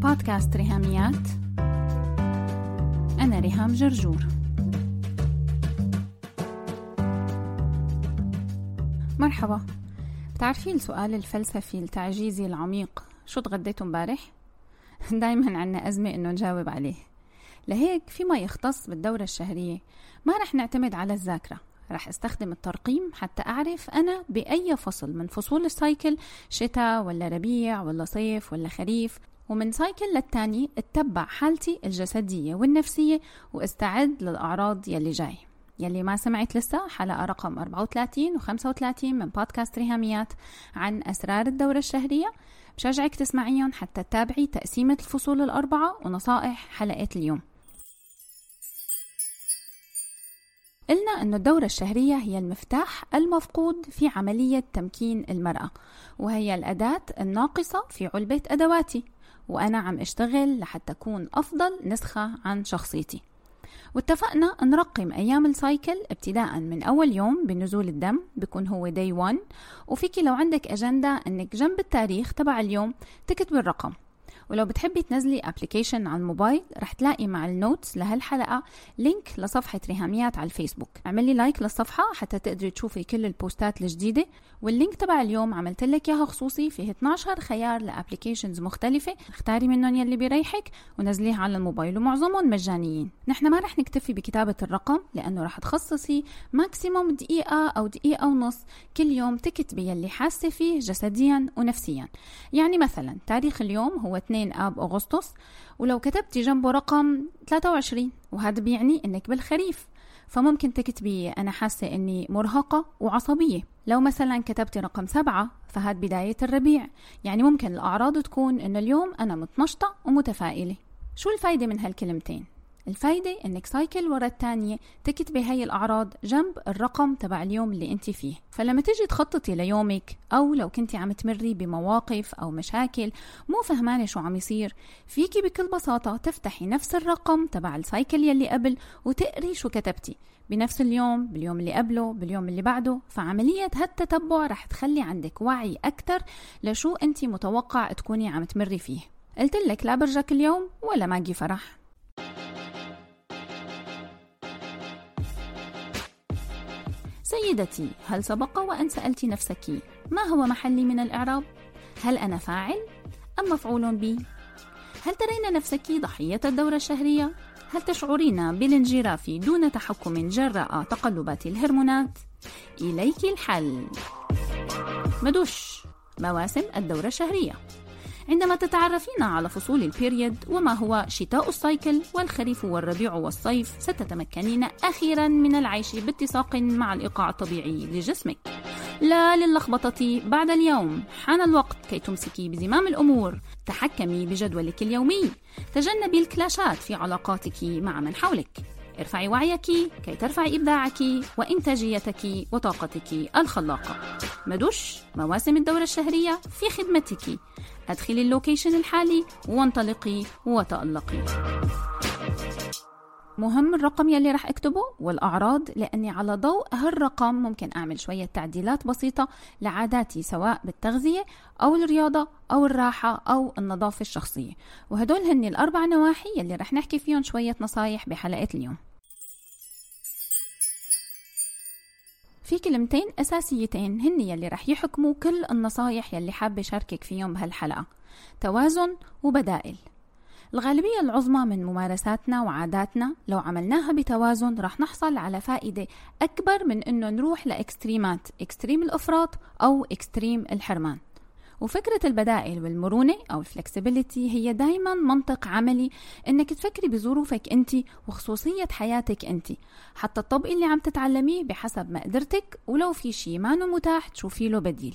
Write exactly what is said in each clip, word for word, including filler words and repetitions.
بودكاست ريهاميات. أنا ريهام جرجور. مرحبا. بتعرفين السؤال الفلسفي التعجيزي العميق، شو تغديتوا مبارح؟ دايما عنا أزمة إنه نجاوب عليه. لهيك فيما يختص بالدورة الشهرية ما رح نعتمد على الذاكرة، رح استخدم الترقيم حتى أعرف أنا بأي فصل من فصول السايكل، شتاء ولا ربيع ولا صيف ولا خريف، ومن سايكل للتاني اتبع حالتي الجسدية والنفسية واستعد للأعراض يلي جاي. يلي ما سمعت لسه حلقة رقم أربعة وثلاثين و خمسة وثلاثين من بودكاست ريهاميات عن أسرار الدورة الشهرية، بشجعك تسمعيهم حتى تتابعي تقسيمة الفصول الأربعة ونصائح حلقة اليوم. قلنا أن الدورة الشهرية هي المفتاح المفقود في عملية تمكين المرأة، وهي الأداة الناقصة في علبة أدواتي، وأنا عم أشتغل لحتى أكون أفضل نسخة عن شخصيتي. واتفقنا نرقم أيام السايكل ابتداء من أول يوم بنزول الدم، بيكون هو داي واحد، وفيكي لو عندك أجندة أنك جنب التاريخ تبع اليوم تكتب الرقم. ولو بتحبي تنزلي ابليكيشن على الموبايل رح تلاقي مع النوتس لهالحلقة لينك لصفحة ريهاميات على الفيسبوك. اعملي لايك للصفحة حتى تقدري تشوفي كل البوستات الجديدة، واللينك تبع اليوم عملت لك اياها خصوصي، فيه اثني عشر خيار لابليكيشنز مختلفة، اختاري منهم يلي بيريحك ونزليه على الموبايل، ومعظمهم مجانيين. نحن ما رح نكتفي بكتابة الرقم لأنه رح تخصصي ماكسيموم دقيقة أو دقيقة ونص كل يوم تكتبي يلي حاسة فيه جسديا ونفسيا. يعني مثلا تاريخ اليوم هو اثنين آب أغسطس، ولو كتبتي جنبه رقم ثلاثة وعشرين وهذا بيعني إنك بالخريف، فممكن تكتبي أنا حاسة إني مرهقة وعصبية. لو مثلا كتبتي رقم سبعة فهذا بداية الربيع، يعني ممكن الأعراض تكون إن اليوم أنا متنشطة ومتفائلة. شو الفايدة من هالكلمتين؟ الفايدة إنك سايكل ورا التانية تكتبي هاي الأعراض جنب الرقم تبع اليوم اللي انت فيه، فلما تيجي تخططي ليومك، أو لو كنتي عم تمري بمواقف أو مشاكل مو فهمانة شو عم يصير، فيكي بكل بساطة تفتحي نفس الرقم تبع السايكل يلي قبل وتقري شو كتبتي بنفس اليوم، باليوم اللي قبله، باليوم اللي بعده. فعملية هالتتبع رح تخلي عندك وعي أكتر لشو انت متوقع تكوني عم تمري فيه. قلت لك لا برجك اليوم ولا ماجي فرح. سيدتي، هل سبق وأن سألت نفسك ما هو محلي من الإعراب؟ هل أنا فاعل أم مفعول بي؟ هل ترين نفسك ضحية الدورة الشهرية؟ هل تشعرين بالانجراف دون تحكم جراء تقلبات الهرمونات؟ إليك الحل. مدوش مواسم الدورة الشهرية. عندما تتعرفين على فصول البيريد وما هو شتاء السايكل والخريف والربيع والصيف، ستتمكنين أخيرا من العيش باتساق مع الإيقاع الطبيعي لجسمك. لا للخبطة بعد اليوم، حان الوقت كي تمسكي بزمام الأمور. تحكمي بجدولك اليومي، تجنبي الكلاشات في علاقاتك مع من حولك. ارفعي وعيك كي ترفعي إبداعك وإنتاجيتك وطاقتك الخلاقة. مدوش مواسم الدورة الشهرية في خدمتك. أدخلي اللوكيشن الحالي وانطلقي وتألقي. مهم الرقم يلي رح اكتبه والأعراض، لأني على ضوء هالرقم ممكن أعمل شوية تعديلات بسيطة لعاداتي، سواء بالتغذية أو الرياضة أو الراحة أو النظافة الشخصية. وهدول هن الأربع نواحي يلي رح نحكي فيهم شوية نصايح بحلقة اليوم. في كلمتين أساسيتين هن يلي رح يحكموا كل النصايح يلي حابة شاركك فيهم بهالحلقة: توازن وبدائل. الغالبية العظمى من ممارساتنا وعاداتنا لو عملناها بتوازن رح نحصل على فائدة أكبر من إنه نروح لإكستريمات، إكستريم الإفراط أو إكستريم الحرمان. وفكرة البدائل والمرونة أو الفلكسبيليتي هي دايما منطق عملي، إنك تفكري بظروفك أنت وخصوصية حياتك أنت، حتى الطبق اللي عم تتعلميه بحسب مقدرتك، ولو في شي ما نو متاح تشوفي له بديل.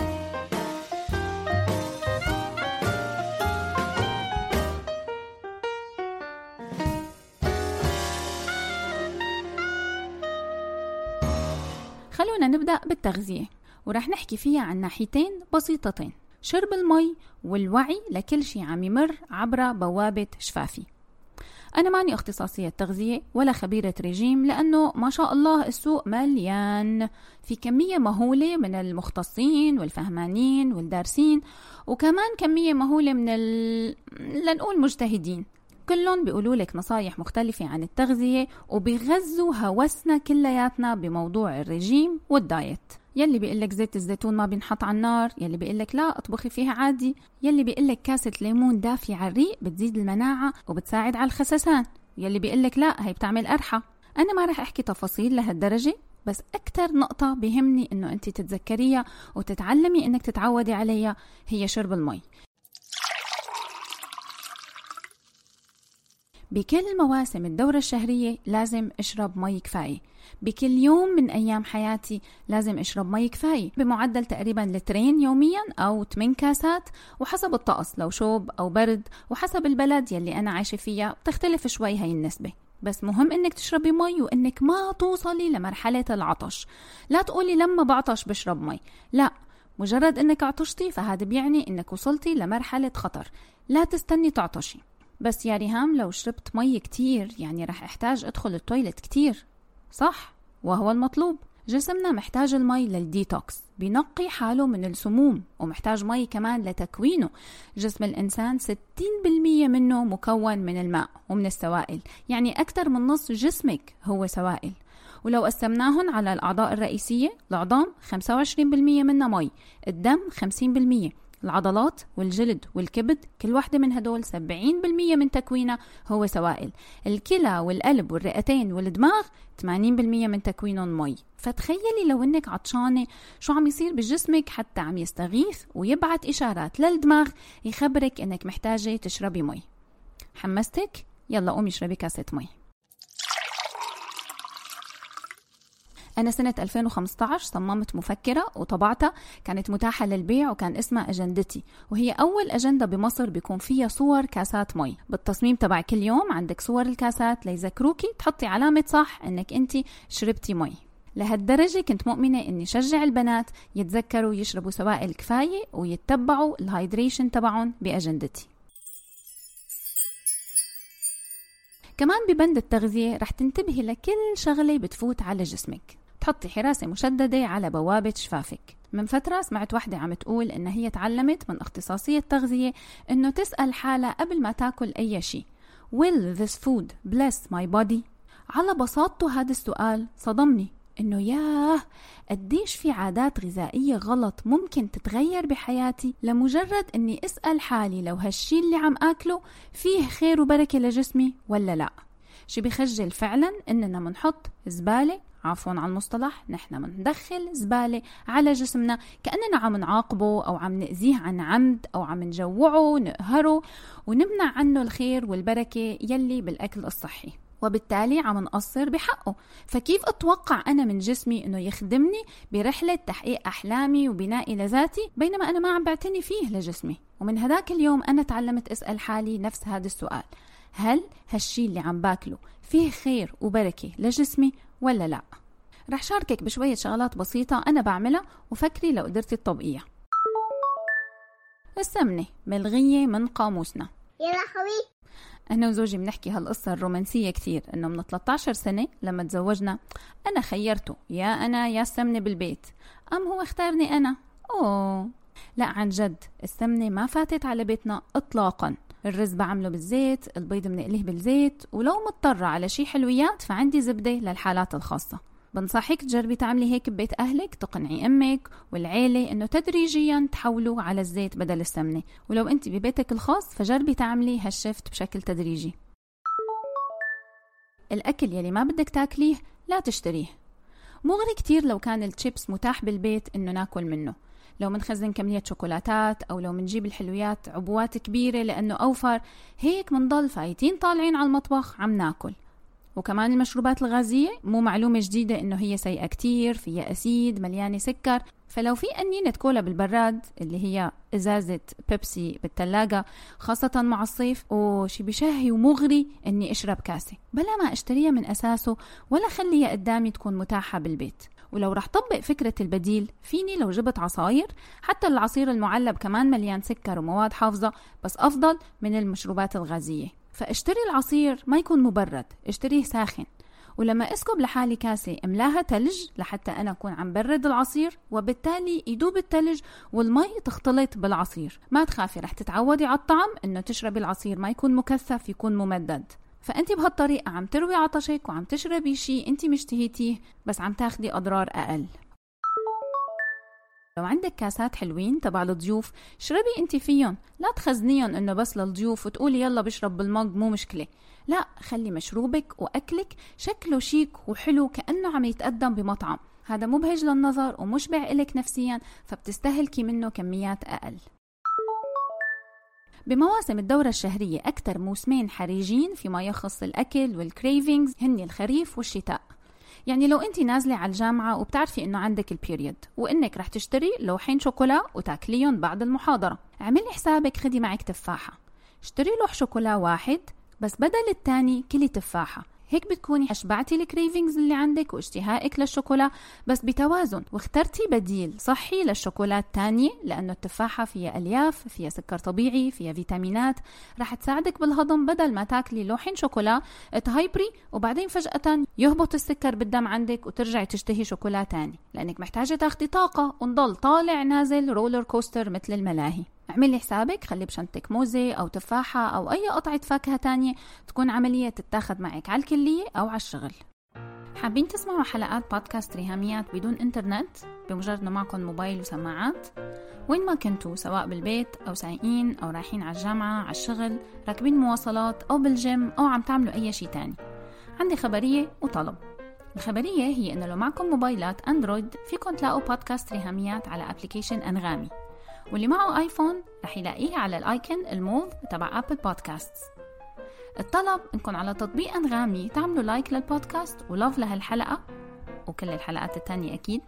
خلونا نبدأ بالتغذية، ورح نحكي فيها عن ناحيتين بسيطتين: شرب المي والوعي لكل شي عم يمر عبر بوابة شفافي. أنا ماني اختصاصية تغذية ولا خبيرة رجيم، لأنه ما شاء الله السوق مليان في كمية مهولة من المختصين والفهمانين والدارسين، وكمان كمية مهولة من ال... لنقول مجتهدين، كلهم بيقولوا لك نصايح مختلفة عن التغذية وبيغذوا هوسنا كلياتنا بموضوع الرجيم والدايت. يلي بيقلك زيت الزيتون ما بينحط على النار، يلي بيقلك لا اطبخي فيها عادي، يلي بيقلك كاسة ليمون دافية على الريق بتزيد المناعة وبتساعد على الخسسان، يلي بيقلك لا هي بتعمل قرحة. أنا ما رح أحكي تفاصيل لهالدرجة، بس أكتر نقطة بيهمني إنه أنت تتذكريها وتتعلمي إنك تتعودي عليها هي شرب المي. بكل مواسم الدورة الشهرية لازم أشرب مي كفاية، بكل يوم من أيام حياتي لازم أشرب مي كفاية بمعدل تقريبا لترين يوميا أو ثمان كاسات، وحسب الطقس لو شوب أو برد، وحسب البلد يلي أنا عايشة فيها بتختلف شوي هاي النسبة. بس مهم إنك تشربي مي وإنك ما توصلي لمرحلة العطش. لا تقولي لما بعطش بشرب مي، لا، مجرد إنك عطشتي فهذا بيعني إنك وصلتي لمرحلة خطر، لا تستني تعطشي. بس يا ريهام لو شربت مي كتير يعني رح احتاج ادخل التويلت كتير، صح؟ وهو المطلوب. جسمنا محتاج المي للديتوكس، بينقي حاله من السموم، ومحتاج مي كمان لتكوينه. جسم الإنسان ستين بالمية منه مكون من الماء ومن السوائل، يعني أكثر من نصف جسمك هو سوائل. ولو قسمناهم على الأعضاء الرئيسية، العظام خمسة وعشرين بالمية منها مي، الدم خمسين بالمية، العضلات والجلد والكبد كل واحدة من هدول سبعين بالمية من تكوينها هو سوائل، الكلى والقلب والرئتين والدماغ ثمانين بالمية من تكوينهم مي. فتخيلي لو انك عطشانة شو عم يصير بجسمك حتى عم يستغيث ويبعت إشارات للدماغ يخبرك انك محتاجة تشربي مي. حمستك؟ يلا قومي اشربي كاسة مي. أنا سنة ألفين وخمسة عشر صممت مفكرة وطبعتها، كانت متاحة للبيع وكان اسمها أجندتي، وهي أول أجندة بمصر بيكون فيها صور كاسات مي. بالتصميم تبع كل يوم عندك صور الكاسات ليذكروكي تحطي علامة صح إنك أنت شربتي مي. لهالدرجة كنت مؤمنة إني شجع البنات يتذكروا يشربوا سوائل كفاية ويتبعوا الهايدريشن تبعهم بأجندتي. كمان ببند التغذية رح تنتبهي لكل شغلة بتفوت على جسمك، تحطي حراسة مشددة على بوابة شفافك. من فترة سمعت واحدة عم تقول إن هي تعلمت من اختصاصية تغذية إنه تسأل حالها قبل ما تاكل أي شيء Will this food bless my body؟ على بساطته هذا السؤال صدمني، إنه ياه قديش في عادات غذائية غلط ممكن تتغير بحياتي لمجرد إني أسأل حالي لو هالشي اللي عم أكله فيه خير وبركة لجسمي ولا لا. شي بيخجل فعلا إننا منحط زبالة، عفوا عن المصطلح، نحن مندخل زبالة على جسمنا كأننا عم نعاقبه أو عم نأذيه عن عمد أو عم نجوعه ونقهره ونمنع عنه الخير والبركة يلي بالأكل الصحي، وبالتالي عم نقصر بحقه. فكيف أتوقع أنا من جسمي أنه يخدمني برحلة تحقيق أحلامي وبنائي لذاتي بينما أنا ما عم بعتني فيه لجسمي؟ ومن هذاك اليوم أنا تعلمت أسأل حالي نفس هذا السؤال، هل هالشي اللي عم باكله فيه خير وبركة لجسمي ولا لا؟ رح شاركك بشوية شغلات بسيطة أنا بعملها وفكري لو قدرتي تطبقيها. السمنة ملغية من قاموسنا. يا لهوي، أنا وزوجي بنحكي هالقصة الرومانسية كتير، إنه من ثلاثة عشر سنة لما تزوجنا أنا خيرته يا أنا يا السمنة بالبيت، أم هو اختارني أنا. أوه لا، عن جد السمنة ما فاتت على بيتنا إطلاقا. الرز بعمله بالزيت، البيض بنقليه بالزيت، ولو مضطرة على شي حلويات فعندي زبدة للحالات الخاصة. بنصحك تجربي تعملي هيك ببيت أهلك، تقنعي أمك والعيلة إنه تدريجيا تحولوا على الزيت بدل السمنة، ولو أنت ببيتك الخاص فجربي تعملي هالشفت بشكل تدريجي. الأكل يلي ما بدك تاكليه لا تشتريه. مغري كتير لو كان الشيبس متاح بالبيت إنه ناكل منه، لو منخزن كمية شوكولاتات أو لو منجيب الحلويات عبوات كبيرة لأنه أوفر، هيك منضل فايتين طالعين على المطبخ عم ناكل. وكمان المشروبات الغازية مو معلومة جديدة إنه هي سيئة كتير، فيها أسيد، مليانة سكر. فلو في أنينة كولا بالبراد اللي هي إزازة بيبسي بالثلاجة خاصة مع الصيف، وشي بشهي ومغري إني أشرب كاسة بلا ما أشتريها من أساسه ولا خليها قدامي تكون متاحة بالبيت. ولو رح طبق فكرة البديل، فيني لو جبت عصاير، حتى العصير المعلب كمان مليان سكر ومواد حافظة بس أفضل من المشروبات الغازية. فاشتري العصير ما يكون مبرد، اشتريه ساخن. ولما اسكب لحالي كاسة املاها تلج لحتى أنا أكون عم برد العصير، وبالتالي يدوب التلج والمي تختلط بالعصير. ما تخافي، رح تتعودي على الطعم إنه تشربي العصير ما يكون مكثف، يكون ممدد. فأنت بهالطريقة عم تروي عطشك وعم تشربي شيء أنت مشتهيتيه، بس عم تاخدي أضرار أقل. لو عندك كاسات حلوين تبع الضيوف، شربي انت فيهم، لا تخزنيهم انه بس للضيوف وتقولي يلا بشرب بالمج مو مشكلة. لا، خلي مشروبك واكلك شكله شيك وحلو كأنه عم يتقدم بمطعم. هذا مبهج للنظر ومشبع إلك نفسيا، فبتستهلكي منه كميات اقل. بمواسم الدورة الشهرية أكثر موسمين حرجين فيما يخص الأكل والكريفينجز هن الخريف والشتاء. يعني لو انت نازلة على الجامعة وبتعرفي انه عندك البيريود وانك رح تشتري لوحين شوكولا وتاكليهم بعد المحاضرة، اعملي حسابك خدي معك تفاحة. اشتري لوح شوكولا واحد بس بدل التاني كلي تفاحة، هيك بتكوني أشبعتي الكريفينجز اللي عندك واشتهائك للشوكولا بس بتوازن، واخترتي بديل صحي للشوكولا التانية، لأنه التفاحة فيها ألياف، فيها سكر طبيعي، فيها فيتامينات، رح تساعدك بالهضم. بدل ما تاكلي لوحين شوكولا تهايبري وبعدين فجأة يهبط السكر بالدم عندك وترجعي تشتهي شوكولا تاني، لأنك محتاجة تاخدي طاقة ونضل طالع نازل رولر كوستر مثل الملاهي. اعملي حسابك خلي بشنطك موزة أو تفاحة أو أي قطعة فاكهة تانية تكون عملية تتاخد معك على الكلية أو على الشغل. حابين تسمعوا حلقات بودكاست ريهاميات بدون إنترنت بمجرد أنه معكم موبايل وسماعات؟ وين ما كنتوا، سواء بالبيت أو سايقين أو رايحين على الجامعة، على الشغل، راكبين مواصلات أو بالجيم أو عم تعملوا أي شيء تاني، عندي خبرية وطلب. الخبرية هي أنه لو معكم موبايلات أندرويد فيكم تلاقوا بودكاست ريهاميات على أبليكيشن أنغامي، واللي معه آيفون رح يلاقيه على الآيكون الموف تبع أبل بودكاست. الطلب انكم على تطبيق أنغامي تعملوا لايك للبودكاست ولوف لهالحلقة وكل الحلقات التانية أكيد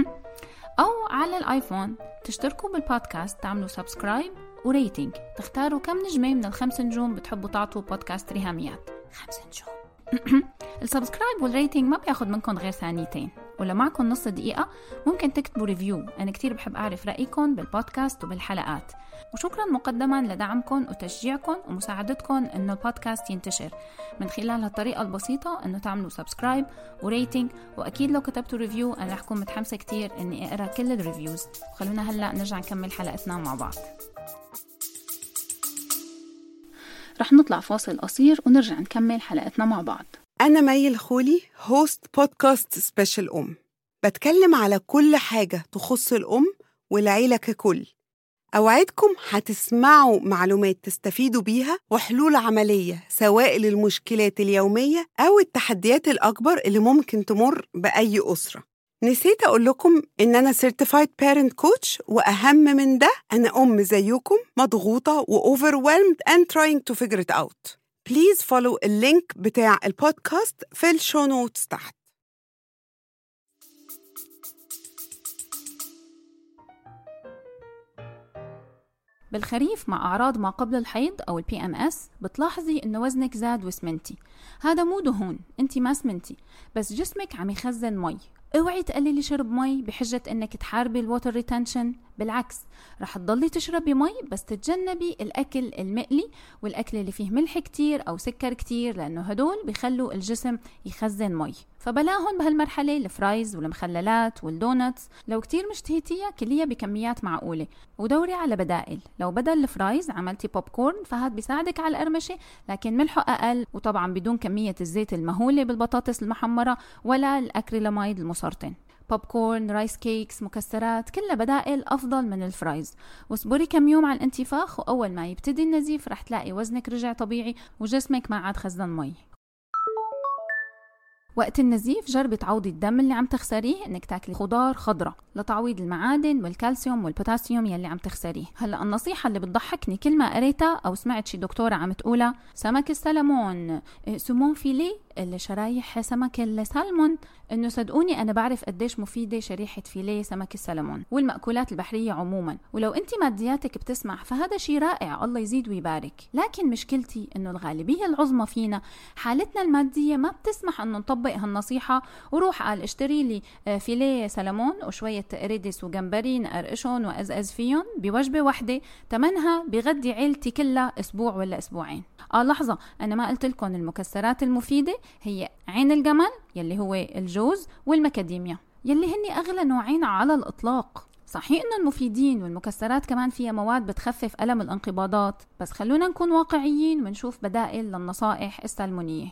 أو على الآيفون تشتركوا بالبودكاست، تعملوا سبسكرايب وريتينج، تختاروا كم نجمة من الخمس نجوم بتحبوا تعطوا بودكاست ريهاميات. خمس نجوم. السبسكرايب والريتينج ما بياخد منكم غير ثانيتين، ولو معكم نص دقيقة ممكن تكتبوا ريفيو. أنا كتير بحب أعرف رأيكم بالبودكاست وبالحلقات. وشكرا مقدما لدعمكم وتشجيعكم ومساعدتكم إنه البودكاست ينتشر من خلال هالطريقة البسيطة، إنه تعملوا سبسكرايب وريتينج. وأكيد لو كتبتوا ريفيو أنا رح أكون متحمسة كتير إني أقرأ كل الريفيوز. خلونا هلأ نرجع نكمل حلقتنا مع بعض. رح نطلع فاصل قصير ونرجع نكمل حلقتنا مع بعض. أنا مي الخولي، هوست بودكاست سبيشال أم. بتكلم على كل حاجة تخص الأم والعيلة ككل. أوعدكم هتسمعوا معلومات تستفيدوا بيها وحلول عملية، سواء للمشكلات اليومية أو التحديات الأكبر اللي ممكن تمر بأي أسرة. نسيت أقول لكم إن أنا Certified Parent Coach، وأهم من ده أنا أم زيكم مضغوطة و overwhelmed and trying to figure it out. Please follow اللينك بتاع البودكاست في الشو نوتس تحت. بالخريف مع أعراض ما قبل الحيض أو البي ام اس بتلاحظي إنه وزنك زاد وسمنتي. هذا مو دهون، انتي ما سمنتي، بس جسمك عم يخزن مي. اوعي تقللي شرب مي بحجة انك تحاربي الووتر ريتنشن، بالعكس رح تضلي تشربي مي بس تتجنبي الأكل المقلي والأكل اللي فيه ملح كتير أو سكر كتير، لأنه هدول بيخلوا الجسم يخزن مي. فبلاهن بهالمرحلة الفرايز والمخللات والدونتس، لو كتير مشتهيتيها كليها بكميات معقولة، ودوري على بدائل. لو بدل الفرايز عملتي بوب كورن فهاد بيساعدك على القرمشة، لكن ملحه أقل، وطبعا بدون كمية الزيت المهولة بالبطاطس المحمرة ولا الأكريلاميد المسرطن. بوب كورن، رايس كيكس، مكسرات، كلها بدائل أفضل من الفرايز. واصبري كم يوم على الانتفاخ، وأول ما يبتدي النزيف رح تلاقي وزنك رجع طبيعي وجسمك ما عاد خزن مي. وقت النزيف جربي تعوضي الدم اللي عم تخسريه انك تاكلي خضار خضرة لتعويض المعادن والكالسيوم والبوتاسيوم يلي عم تخسريه. هلا النصيحة اللي بتضحكني كل ما قريتها او سمعت شي دكتورة عم تقولها: سمك السلمون، سمون فيلي، اللي شرايح سمك السلمون. انه صدقوني انا بعرف قديش مفيدة شريحة فيليه سمك السلمون والمأكولات البحرية عموما، ولو انت مادياتك بتسمح فهذا شي رائع، الله يزيد ويبارك. لكن مشكلتي انه الغالبية العظمى فينا حالتنا المادية ما بتسمح انه نطبق طبق هالنصيحة وروح قال اشتري لي فيليه سلمون وشوية قريدس وجمبري نقرقشون وأزأز فيهم بوجبة واحدة تمنها بغدي عيلتي كلها أسبوع ولا أسبوعين. آه لحظة، أنا ما قلت لكم المكسرات المفيدة هي عين الجمل يلي هو الجوز والمكاديميا يلي هني أغلى نوعين على الإطلاق. صحيح إنه المفيدين والمكسرات كمان فيها مواد بتخفف ألم الانقباضات، بس خلونا نكون واقعيين ونشوف بدائل للنصائح السلمونية.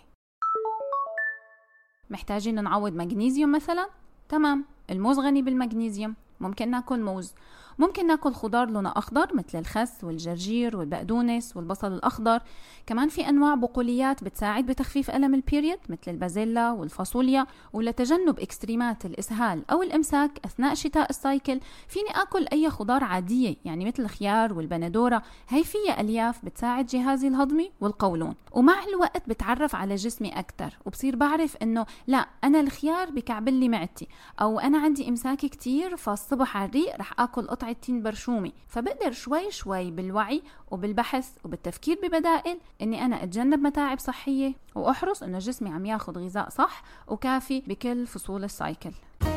محتاجين نعوض مغنيسيوم مثلا؟ تمام، الموز غني بالمغنيسيوم، ممكن ناكل موز. ممكن ناكل خضار لونه أخضر مثل الخس والجرجير والبقدونس والبصل الأخضر. كمان في أنواع بقوليات بتساعد بتخفيف ألم البيريود مثل البازيلا والفاصوليا. ولتجنب إكستريمات الإسهال أو الإمساك أثناء شتاء السايكل فيني أكل أي خضار عادية يعني مثل الخيار والبندورة، هي فيها ألياف بتساعد جهازي الهضمي والقولون. ومع الوقت بتعرف على جسمي أكتر وبصير بعرف إنه لا، أنا الخيار بكعبل لي معدتي، أو أنا عندي إمساك كتير فالصبح على الريق رح أكل قطعة تين برشومي. فبقدر شوي شوي بالوعي وبالبحث وبالتفكير ببدائل اني انا اتجنب متاعب صحية واحرص انه جسمي عم ياخد غذاء صح وكافي بكل فصول السايكل.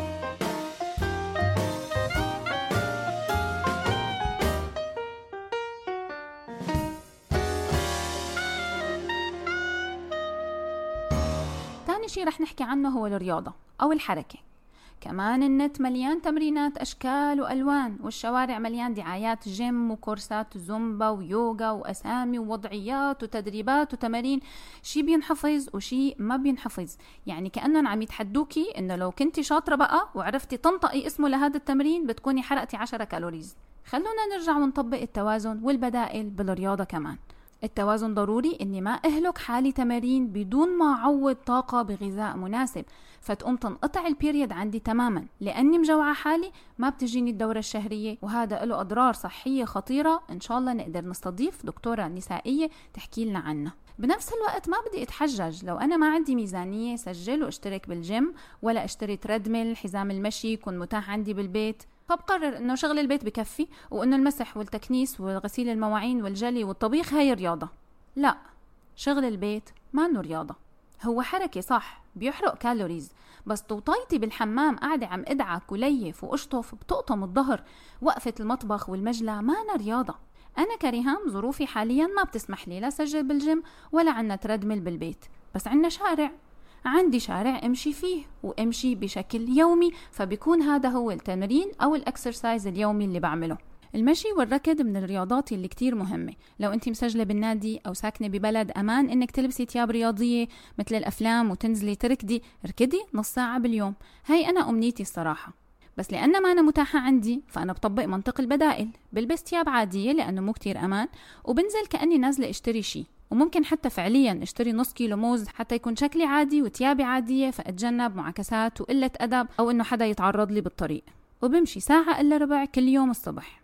تاني شي رح نحكي عنه هو الرياضة او الحركة. كمان النت مليان تمرينات أشكال وألوان، والشوارع مليان دعايات جيم وكورسات زومبا ويوغا وأسامي ووضعيات وتدريبات وتمارين، شي بينحفظ وشي ما بينحفظ. يعني كأنهم عم يتحدوكي إنه لو كنتي شاطرة بقى وعرفتي تنطقي اسمه لهذا التمرين بتكوني حرقتي عشرة كالوريز. خلونا نرجع ونطبق التوازن والبدائل بالرياضة كمان. التوازن ضروري اني ما اهلك حالي تمارين بدون ما اعوض طاقة بغذاء مناسب فتقوم تنقطع البيريد عندي تماما، لاني مجوعة حالي ما بتجيني الدورة الشهرية، وهذا له اضرار صحية خطيرة ان شاء الله نقدر نستضيف دكتورة نسائية تحكي لنا عنها. بنفس الوقت ما بدي اتحجج لو انا ما عندي ميزانية سجل واشترك بالجيم ولا اشتري تريدميل، حزام المشي يكون متاح عندي بالبيت، فبقرر انه شغل البيت بكفي وانه المسح والتكنيس وغسيل المواعين والجلي والطبيخ هي رياضة. لا، شغل البيت ما انه رياضة، هو حركة صح بيحرق كالوريز، بس توطيتي بالحمام قاعدة عم ادعك وليف واشطف بتقطم الظهر، وقفة المطبخ والمجلة ما أنا رياضة. أنا كريهام ظروفي حاليا ما بتسمح لي لا سجل بالجيم ولا عنا تردمل بالبيت، بس عنا شارع، عندي شارع امشي فيه وامشي بشكل يومي، فبيكون هذا هو التمرين او الاكسرسايز اليومي اللي بعمله. المشي والركض من الرياضات اللي كتير مهمة. لو انتي مسجلة بالنادي او ساكنة ببلد امان انك تلبسي تياب رياضية مثل الافلام وتنزلي تركضي، اركضي نص ساعة باليوم، هاي انا امنيتي الصراحة. بس لأنها ما أنا متاحة عندي فأنا بطبق منطق البدائل، بلبس تياب عادية لأنه مو كتير أمان، وبنزل كأني نازلة اشتري شي، وممكن حتى فعليا اشتري نص كيلو موز حتى يكون شكلي عادي وتيابي عادية، فأتجنب معاكسات وقلة أدب أو إنه حدا يتعرض لي بالطريق. وبمشي ساعة إلا ربع كل يوم الصبح.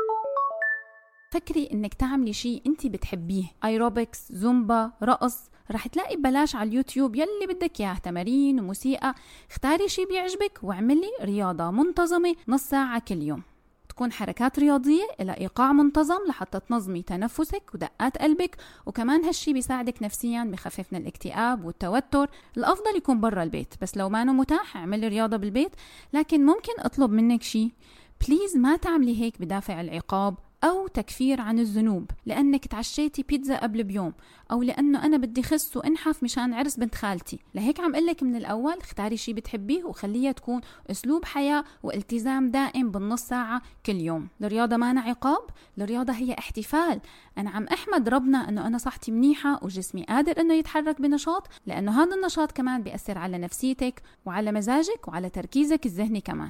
فكري إنك تعملي شي أنتي بتحبيه، ايروبكس، زومبا، رقص، رح تلاقي ببلاش على اليوتيوب يلي بدك اياه، تمارين وموسيقى. اختاري شي بيعجبك واعملي رياضة منتظمة نص ساعة كل يوم، تكون حركات رياضية إلى إيقاع منتظم لحتى تنظمي تنفسك ودقات قلبك، وكمان هالشي بيساعدك نفسيا بخفف من الاكتئاب والتوتر. الأفضل يكون برا البيت، بس لو ما متاح اعملي رياضة بالبيت. لكن ممكن أطلب منك شي، بليز ما تعملي هيك بدافع العقاب أو تكفير عن الذنوب، لأنك تعشيتي بيتزا قبل بيوم، أو لأنه أنا بدي خس وانحف مشان عرس بنت خالتي. لهيك عم قلك من الأول اختاري شي بتحبيه وخليها تكون أسلوب حياة والتزام دائم بالنص ساعة كل يوم. الرياضة ما أنا عقاب، الرياضة هي احتفال. أنا عم أحمد ربنا أنه أنا صحتي منيحة وجسمي قادر أنه يتحرك بنشاط، لأنه هذا النشاط كمان بيأثر على نفسيتك وعلى مزاجك وعلى تركيزك الذهني كمان.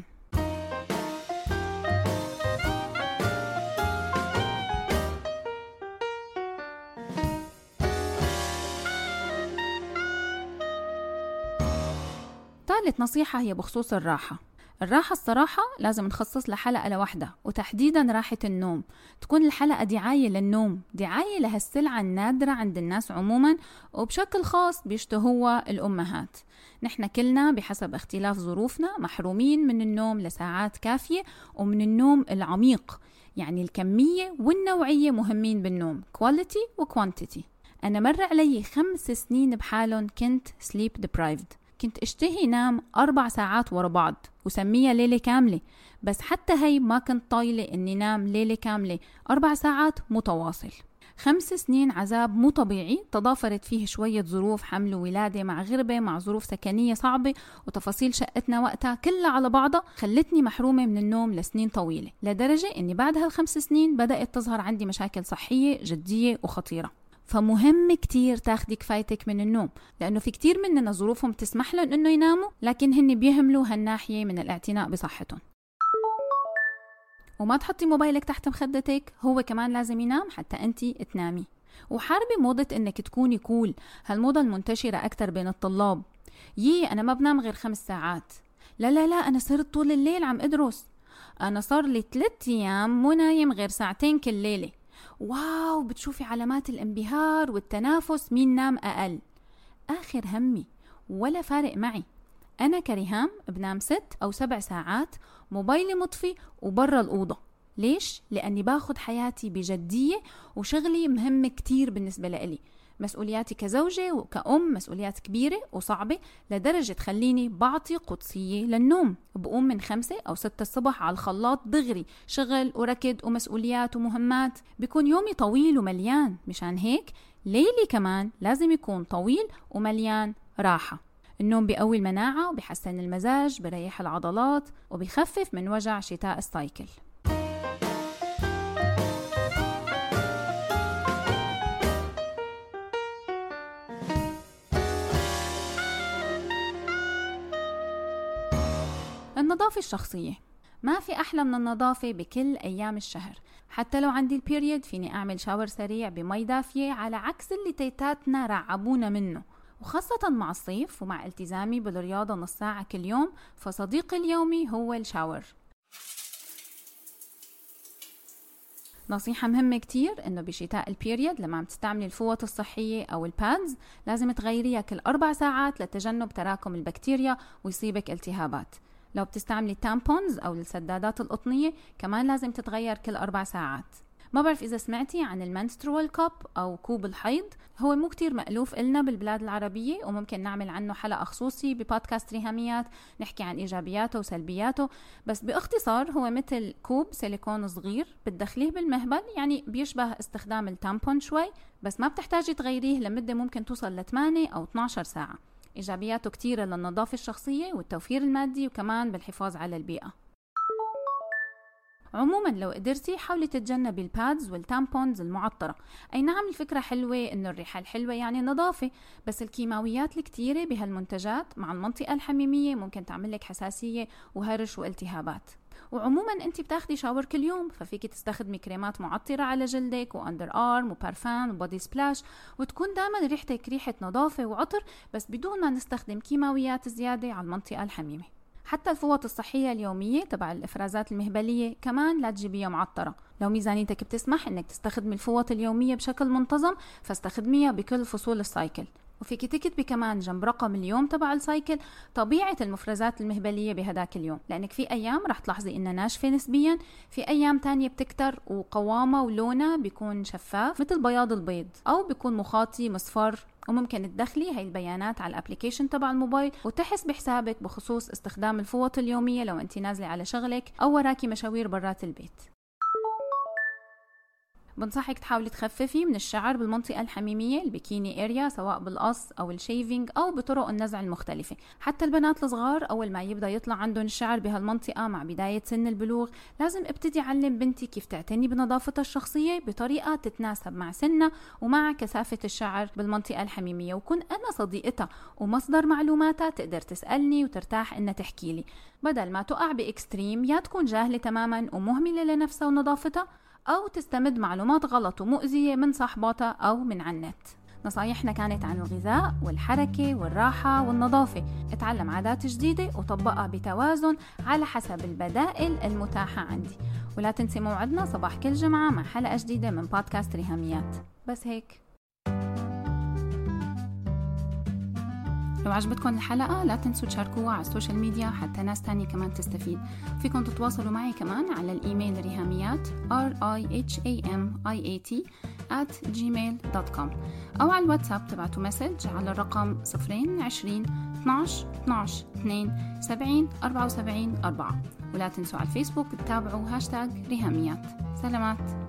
ثالث نصيحة هي بخصوص الراحة. الراحة الصراحة لازم نخصص لحلقة لوحدة، وتحديدا راحة النوم. تكون الحلقة دعاية للنوم، دعاية لهالسلعة النادرة عند الناس عموما، وبشكل خاص بيشتهوها الأمهات. نحن كلنا بحسب اختلاف ظروفنا محرومين من النوم لساعات كافية، ومن النوم العميق. يعني الكمية والنوعية مهمين بالنوم، quality و quantity. أنا مر علي خمس سنين بحالهم كنت sleep deprived. كنت اشتهي نام أربع ساعات ورا بعض وسميها ليلة كاملة، بس حتى هي ما كنت طايلة إني نام ليلة كاملة أربع ساعات متواصل. خمس سنين عذاب مو طبيعي تضافرت فيه شوية ظروف حمل وولادة مع غربة مع ظروف سكنية صعبة وتفاصيل شقتنا وقتها كلها على بعضها خلتني محرومة من النوم لسنين طويلة، لدرجة إني بعد هالخمس سنين بدأت تظهر عندي مشاكل صحية جدية وخطيرة. فمهم كتير تاخدي كفايتك من النوم، لأنه في كتير مننا ظروفهم تسمح لهم إنه يناموا لكن هن بيهملوا هالناحية من الاعتناء بصحتهم. وما تحطي موبايلك تحت مخدتك، هو كمان لازم ينام حتى أنتي تنامي. وحاربي موضة إنك تكوني كول، هالموضة المنتشرة أكتر بين الطلاب. يي أنا ما بنام غير خمس ساعات، لا لا لا أنا صرت طول الليل عم أدرس، أنا صار لي ثلاث أيام مو نايم غير ساعتين كل ليلة. واو، بتشوفي علامات الانبهار والتنافس مين نام أقل. آخر همي ولا فارق معي، أنا كريهام بنام ست أو سبع ساعات، موبايلي مطفي وبرا الأوضة. ليش؟ لأني باخد حياتي بجدية وشغلي مهم كتير بالنسبة لإلي. مسؤولياتي كزوجة وكأم مسؤوليات كبيرة وصعبة لدرجة تخليني بعطي قدسية للنوم. بقوم من خمسة أو ستة الصبح على الخلاط دغري، شغل وركض ومسؤوليات ومهمات، بيكون يومي طويل ومليان. مشان هيك ليلي كمان لازم يكون طويل ومليان راحة. النوم بيقوي المناعة وبيحسن المزاج، بريح العضلات وبيخفف من وجع شتاء السايكل. النظافة الشخصية، ما في أحلى من النظافة بكل أيام الشهر. حتى لو عندي البيريود فيني أعمل شاور سريع بمي دافية على عكس اللي تيتاتنا رعبونا منه. وخاصة مع الصيف ومع التزامي بالرياضة نص ساعة كل يوم، فصديقي اليومي هو الشاور. نصيحة مهمة كتير إنه بشتاء البيريود لما عم تستعملي الفوط الصحية أو البادز لازم تغيريها كل أربع ساعات لتجنب تراكم البكتيريا ويصيبك التهابات. لو بتستعملي التامبونز أو السدادات القطنية كمان لازم تتغير كل أربع ساعات. ما بعرف إذا سمعتي عن المنسترول كوب أو كوب الحيض، هو مو كتير مألوف إلنا بالبلاد العربية وممكن نعمل عنه حلقة خصوصي ببودكاست ريهاميات نحكي عن إيجابياته وسلبياته. بس باختصار هو مثل كوب سيليكون صغير بتدخليه بالمهبل، يعني بيشبه استخدام التامبون شوي، بس ما بتحتاجي تغيريه لمدة ممكن توصل ل ثمانية أو اثنتي عشرة ساعة. إيجابياته كتيرة للنظافة الشخصية والتوفير المادي وكمان بالحفاظ على البيئة. عموما لو قدرتي حاولي تتجنبي البادز والتامبونز المعطرة. أي نعم الفكرة حلوة إنه الريحة الحلوة يعني نظافة، بس الكيماويات الكتيرة بهالمنتجات مع المنطقة الحميمية ممكن تعملك حساسية وهرش والتهابات. وعموما انت بتاخدي شاور كل يوم، ففيك تستخدمي كريمات معطرة على جلدك واندر ارم وبارفان وبودي سبلاش، وتكون دائما ريحتك ريحة نظافة وعطر، بس بدون ما نستخدم كيماويات زيادة على المنطقة الحميمة. حتى الفوط الصحية اليومية تبع الإفرازات المهبلية كمان لا تجيبيها معطرة. لو ميزانيتك بتسمح انك تستخدمي الفوط اليومية بشكل منتظم فاستخدميها بكل فصول السايكل. وفيك تكتبي كمان جنب رقم اليوم تبع السايكل طبيعة المفرزات المهبلية بهداك اليوم، لأنك في أيام رح تلاحظي إنها ناشفة نسبيا، في أيام تانية بتكتر وقوامة ولونها بيكون شفاف مثل بياض البيض أو بيكون مخاطي مصفر. وممكن تدخلي هاي البيانات على الابليكيشن تبع الموبايل وتحس بحسابك بخصوص استخدام الفوط اليومية لو أنت نازلة على شغلك أو وراكي مشاوير برات البيت. بنصحك تحاولي تخففي من الشعر بالمنطقة الحميمية، البيكيني اريا، سواء بالقص أو الشيفينج أو بطرق النزع المختلفة. حتى البنات الصغار أول ما يبدأ يطلع عندهم الشعر بهالمنطقة مع بداية سن البلوغ لازم ابتدي علم بنتي كيف تعتني بنظافتها الشخصية بطريقة تتناسب مع سنها ومع كثافة الشعر بالمنطقة الحميمية، وكون أنا صديقتها ومصدر معلوماتها تقدر تسألني وترتاح إنها تحكي لي، بدل ما تقع بإكستريم يا تكون جاهلة تماما ومهملة لنفسها ونظافتها أو تستمد معلومات غلط ومؤذية من صاحباتها أو من على النت. نصايحنا كانت عن الغذاء والحركة والراحة والنظافة. اتعلم عادات جديدة وطبقها بتوازن على حسب البدائل المتاحة عندي. ولا تنسي موعدنا صباح كل جمعة مع حلقة جديدة من بودكاست ريهاميات. بس هيك. لو عجبتكم الحلقة لا تنسوا تشاركوها على السوشيال ميديا حتى ناس تانية كمان تستفيد. فيكم تتواصلوا معي كمان على الإيميل ريهاميات r i h a m i a t at gmail dot com أو على الواتساب تبعتوا مسج على الرقم صفرين عشرين اثناعش اثناعش اثنين سبعين أربعة وسبعين أربعة. ولا تنسوا على الفيسبوك تتابعوا هاشتاج ريهاميات. سلامات.